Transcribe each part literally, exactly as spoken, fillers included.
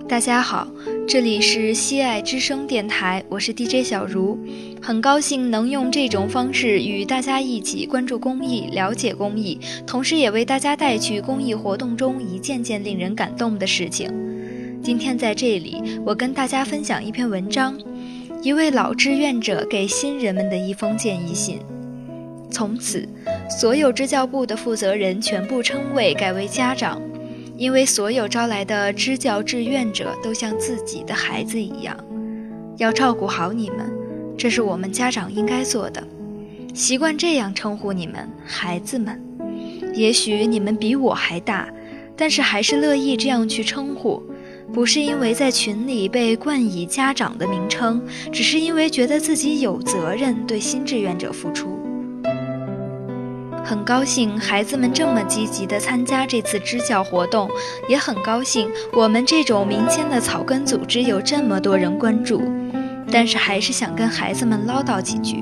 大家好，这里是西爱之声电台，我是 D J 小茹，很高兴能用这种方式与大家一起关注公益，了解公益，同时也为大家带去公益活动中一件件令人感动的事情。今天在这里，我跟大家分享一篇文章，一位老志愿者给新人们的一封建议信。从此，所有支教部的负责人全部称谓改为家长。因为所有招来的支教志愿者都像自己的孩子一样，要照顾好你们，这是我们家长应该做的。习惯这样称呼你们，孩子们。也许你们比我还大，但是还是乐意这样去称呼，不是因为在群里被冠以家长的名称，只是因为觉得自己有责任对新志愿者付出。很高兴孩子们这么积极地参加这次支教活动，也很高兴我们这种民间的草根组织有这么多人关注，但是还是想跟孩子们唠叨几句。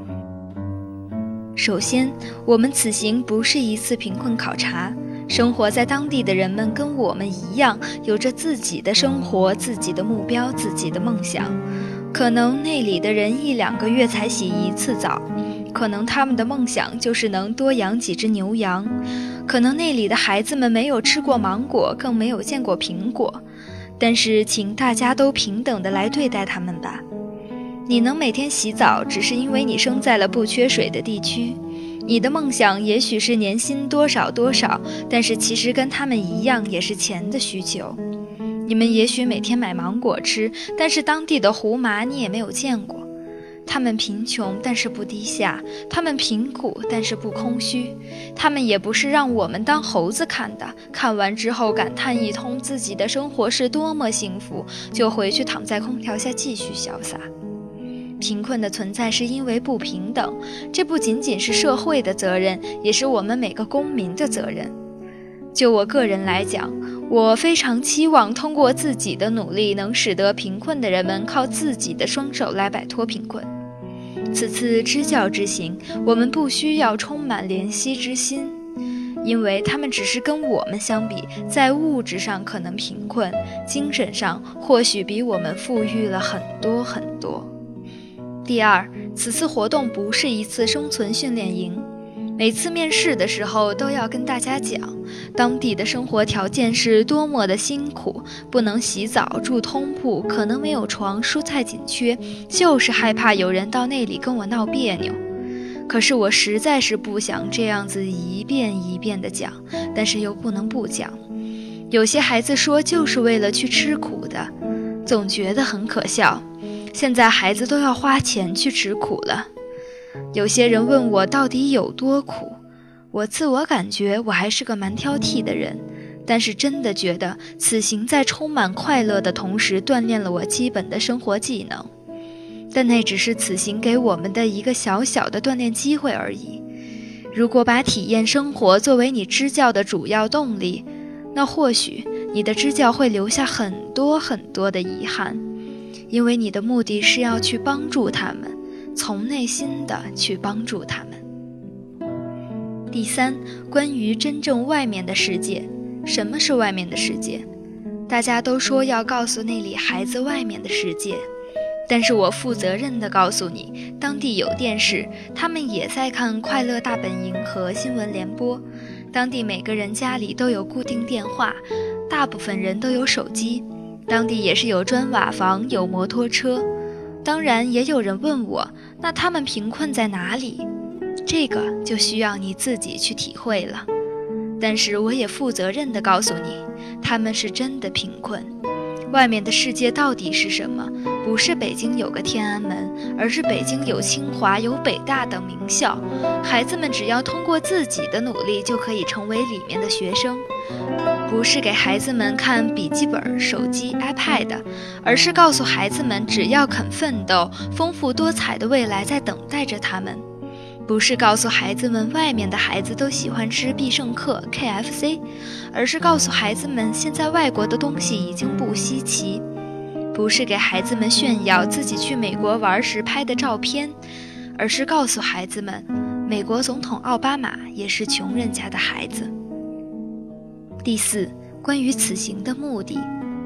首先，我们此行不是一次贫困考察，生活在当地的人们跟我们一样，有着自己的生活、自己的目标、自己的梦想。可能那里的人一两个月才洗一次澡，可能他们的梦想就是能多养几只牛羊，可能那里的孩子们没有吃过芒果，更没有见过苹果，但是请大家都平等地来对待他们吧。你能每天洗澡，只是因为你生在了不缺水的地区。你的梦想也许是年薪多少多少，但是其实跟他们一样，也是钱的需求。你们也许每天买芒果吃，但是当地的胡麻你也没有见过。他们贫穷，但是不低下；他们贫苦，但是不空虚。他们也不是让我们当猴子看的，看完之后感叹一通自己的生活是多么幸福，就回去躺在空调下继续潇洒。贫困的存在是因为不平等，这不仅仅是社会的责任，也是我们每个公民的责任。就我个人来讲，我非常期望通过自己的努力，能使得贫困的人们靠自己的双手来摆脱贫困。此次支教之行，我们不需要充满怜惜之心，因为他们只是跟我们相比，在物质上可能贫困，精神上或许比我们富裕了很多很多。第二，此次活动不是一次生存训练营。每次面试的时候都要跟大家讲，当地的生活条件是多么的辛苦，不能洗澡，住通铺，可能没有床，蔬菜紧缺，就是害怕有人到那里跟我闹别扭。可是我实在是不想这样子一遍一遍的讲，但是又不能不讲。有些孩子说就是为了去吃苦的，总觉得很可笑。现在孩子都要花钱去吃苦了。有些人问我到底有多苦，我自我感觉我还是个蛮挑剔的人，但是真的觉得此行在充满快乐的同时锻炼了我基本的生活技能，但那只是此行给我们的一个小小的锻炼机会而已。如果把体验生活作为你支教的主要动力，那或许你的支教会留下很多很多的遗憾，因为你的目的是要去帮助他们，从内心的去帮助他们。第三，关于真正外面的世界，什么是外面的世界？大家都说要告诉那里孩子外面的世界，但是我负责任地告诉你，当地有电视，他们也在看快乐大本营和新闻联播，当地每个人家里都有固定电话，大部分人都有手机，当地也是有砖瓦房，有摩托车。当然也有人问我，那他们贫困在哪里？这个就需要你自己去体会了。但是我也负责任地告诉你，他们是真的贫困。外面的世界到底是什么？不是北京有个天安门，而是北京有清华、有北大等名校，孩子们只要通过自己的努力就可以成为里面的学生。不是给孩子们看笔记本、手机、iPad， 而是告诉孩子们，只要肯奋斗，丰富多彩的未来在等待着他们。不是告诉孩子们外面的孩子都喜欢吃必胜客 K F C， 而是告诉孩子们现在外国的东西已经不稀奇。不是给孩子们炫耀自己去美国玩时拍的照片，而是告诉孩子们，美国总统奥巴马也是穷人家的孩子。第四，关于此行的目的，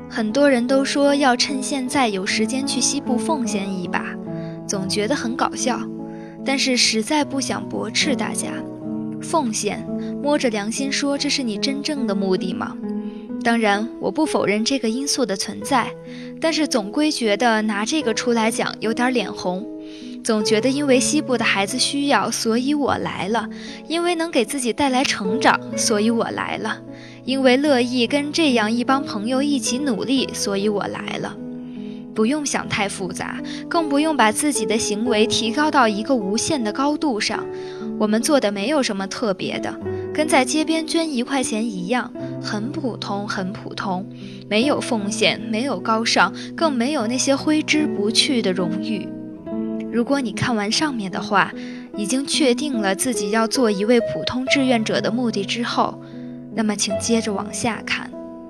很多人都说要趁现在有时间去西部奉献一把，总觉得很搞笑，但是实在不想驳斥大家。奉献，摸着良心说，这是你真正的目的吗？当然，我不否认这个因素的存在，但是总归觉得拿这个出来讲有点脸红。总觉得因为西部的孩子需要，所以我来了；因为能给自己带来成长，所以我来了；因为乐意跟这样一帮朋友一起努力，所以我来了。不用想太复杂，更不用把自己的行为提高到一个无限的高度上。我们做的没有什么特别的，跟在街边捐一块钱一样，很普通很普通，没有奉献，没有高尚，更没有那些挥之不去的荣誉。如果你看完上面的话，已经确定了自己要做一位普通志愿者的目的之后，那么请接着往下看。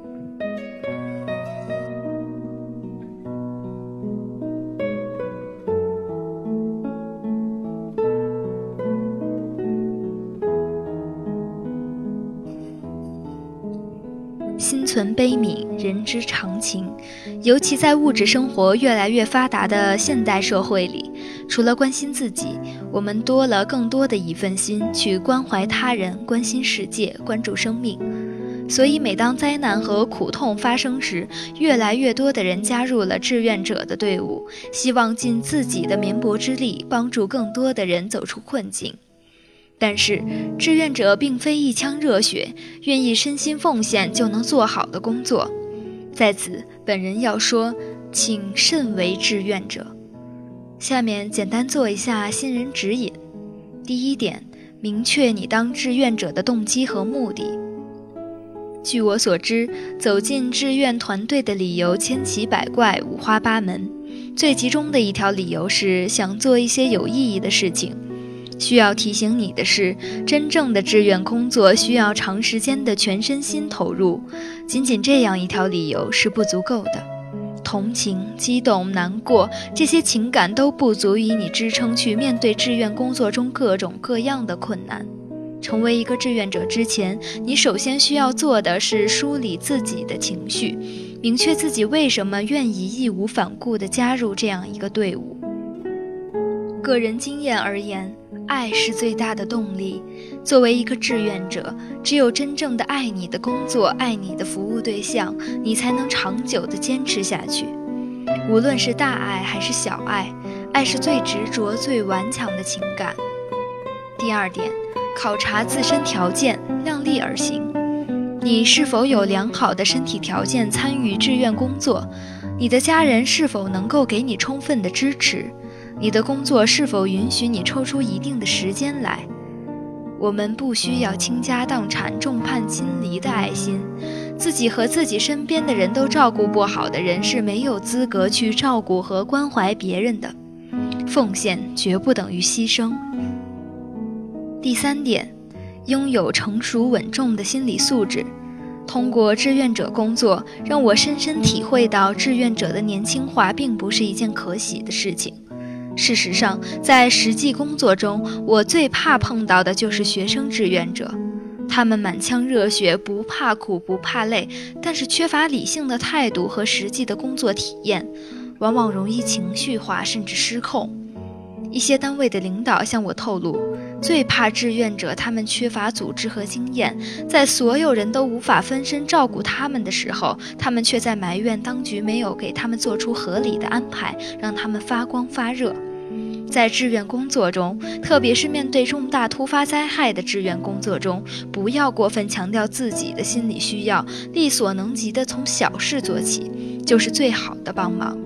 心存悲悯，人之常情。尤其在物质生活越来越发达的现代社会里，除了关心自己，我们多了更多的一份心去关怀他人，关心世界，关注生命。所以每当灾难和苦痛发生时，越来越多的人加入了志愿者的队伍，希望尽自己的绵薄之力，帮助更多的人走出困境。但是志愿者并非一腔热血，愿意身心奉献就能做好的工作。在此本人要说，请慎为志愿者。下面简单做一下新人指引。第一点，明确你当志愿者的动机和目的。据我所知，走进志愿团队的理由千奇百怪，五花八门。最集中的一条理由是想做一些有意义的事情。需要提醒你的是，真正的志愿工作需要长时间的全身心投入，仅仅这样一条理由是不足够的。同情、激动、难过，这些情感都不足以你支撑去面对志愿工作中各种各样的困难。成为一个志愿者之前，你首先需要做的是梳理自己的情绪，明确自己为什么愿意义无反顾地加入这样一个队伍。个人经验而言，爱是最大的动力。作为一个志愿者，只有真正的爱你的工作，爱你的服务对象，你才能长久地坚持下去。无论是大爱还是小爱，爱是最执着、最顽强的情感。第二点，考察自身条件，量力而行。你是否有良好的身体条件参与志愿工作？你的家人是否能够给你充分的支持？你的工作是否允许你抽出一定的时间来？我们不需要倾家荡产、众叛亲离的爱心。自己和自己身边的人都照顾不好的人是没有资格去照顾和关怀别人的。奉献绝不等于牺牲。第三点，拥有成熟稳重的心理素质。通过志愿者工作，让我深深体会到志愿者的年轻化并不是一件可喜的事情。事实上，在实际工作中，我最怕碰到的就是学生志愿者。他们满腔热血，不怕苦不怕累，但是缺乏理性的态度和实际的工作体验，往往容易情绪化甚至失控。一些单位的领导向我透露，最怕志愿者他们缺乏组织和经验，在所有人都无法分身照顾他们的时候，他们却在埋怨当局没有给他们做出合理的安排，让他们发光发热。在志愿工作中，特别是面对重大突发灾害的志愿工作中，不要过分强调自己的心理需要，力所能及的从小事做起，就是最好的帮忙。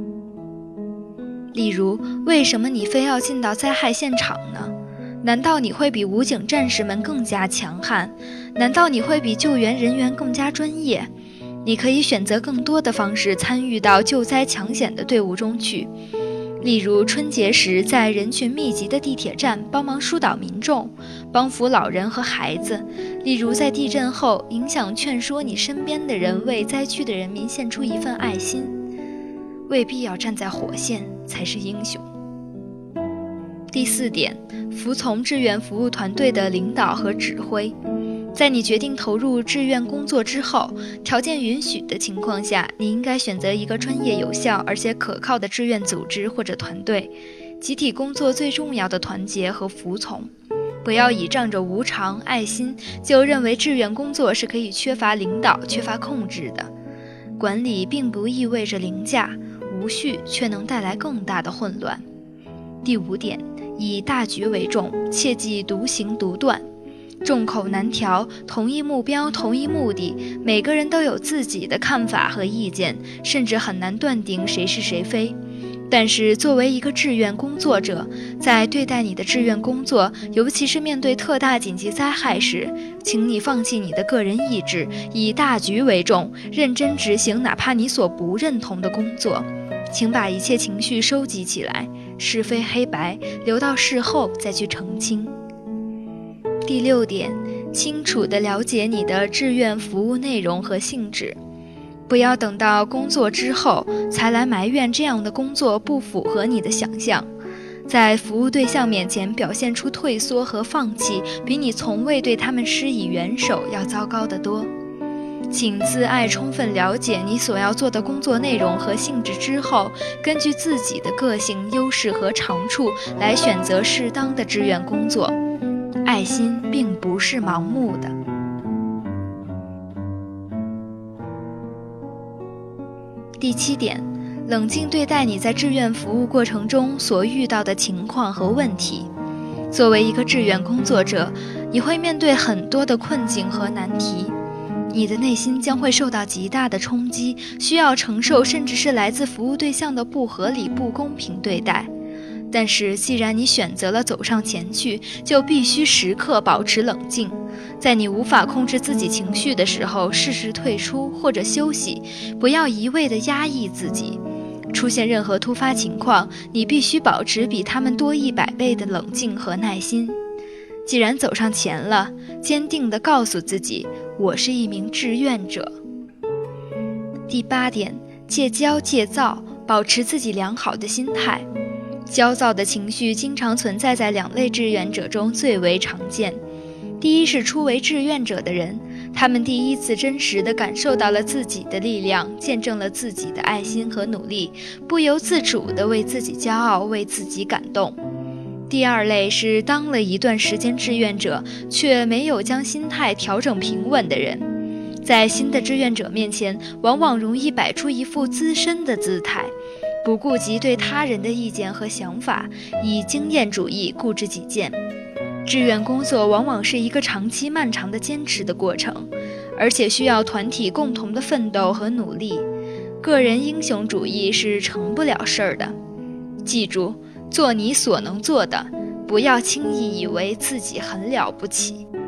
例如，为什么你非要进到灾害现场呢？难道你会比武警战士们更加强悍？难道你会比救援人员更加专业？你可以选择更多的方式参与到救灾抢险的队伍中去。例如春节时在人群密集的地铁站帮忙疏导民众，帮扶老人和孩子；例如在地震后影响劝说你身边的人为灾区的人民献出一份爱心。未必要站在火线才是英雄。第四点，服从志愿服务团队的领导和指挥。 在你决定投入志愿工作之后，条件允许的情况下，你应该选择一个专业有效而且可靠的志愿组织或者团队。集体工作最重要的团结和服从，不要倚仗着无偿爱心就认为志愿工作是可以缺乏领导、缺乏控制的。管理并不意味着凌驾，无序却能带来更大的混乱。第五点，以大局为重，切忌独行独断。众口难调，同一目标，同一目的，每个人都有自己的看法和意见，甚至很难断定谁是谁非。但是作为一个志愿工作者，在对待你的志愿工作，尤其是面对特大紧急灾害时，请你放弃你的个人意志，以大局为重，认真执行哪怕你所不认同的工作。请把一切情绪收集起来，是非黑白留到事后再去澄清。第六点，清楚地了解你的志愿服务内容和性质，不要等到工作之后才来埋怨这样的工作不符合你的想象。在服务对象面前表现出退缩和放弃，比你从未对他们施以援手要糟糕得多。请自爱充分了解你所要做的工作内容和性质之后，根据自己的个性、优势和长处来选择适当的志愿工作。爱心并不是盲目的。第七点，冷静对待你在志愿服务过程中所遇到的情况和问题。作为一个志愿工作者，你会面对很多的困境和难题，你的内心将会受到极大的冲击，需要承受甚至是来自服务对象的不合理、不公平对待。但是既然你选择了走上前去，就必须时刻保持冷静，在你无法控制自己情绪的时候，适时退出或者休息，不要一味地压抑自己。出现任何突发情况，你必须保持比他们多一百倍的冷静和耐心。既然走上前了，坚定地告诉自己，我是一名志愿者。第八点，戒骄戒躁，保持自己良好的心态。焦躁的情绪经常存在在两类志愿者中最为常见。第一是初为志愿者的人，他们第一次真实地感受到了自己的力量，见证了自己的爱心和努力，不由自主地为自己骄傲，为自己感动。第二类是当了一段时间志愿者，却没有将心态调整平稳的人，在新的志愿者面前，往往容易摆出一副资深的姿态，不顾及对他人的意见和想法，以经验主义固执己见。志愿工作往往是一个长期漫长的坚持的过程，而且需要团体共同的奋斗和努力，个人英雄主义是成不了事儿的。记住，做你所能做的，不要轻易以为自己很了不起。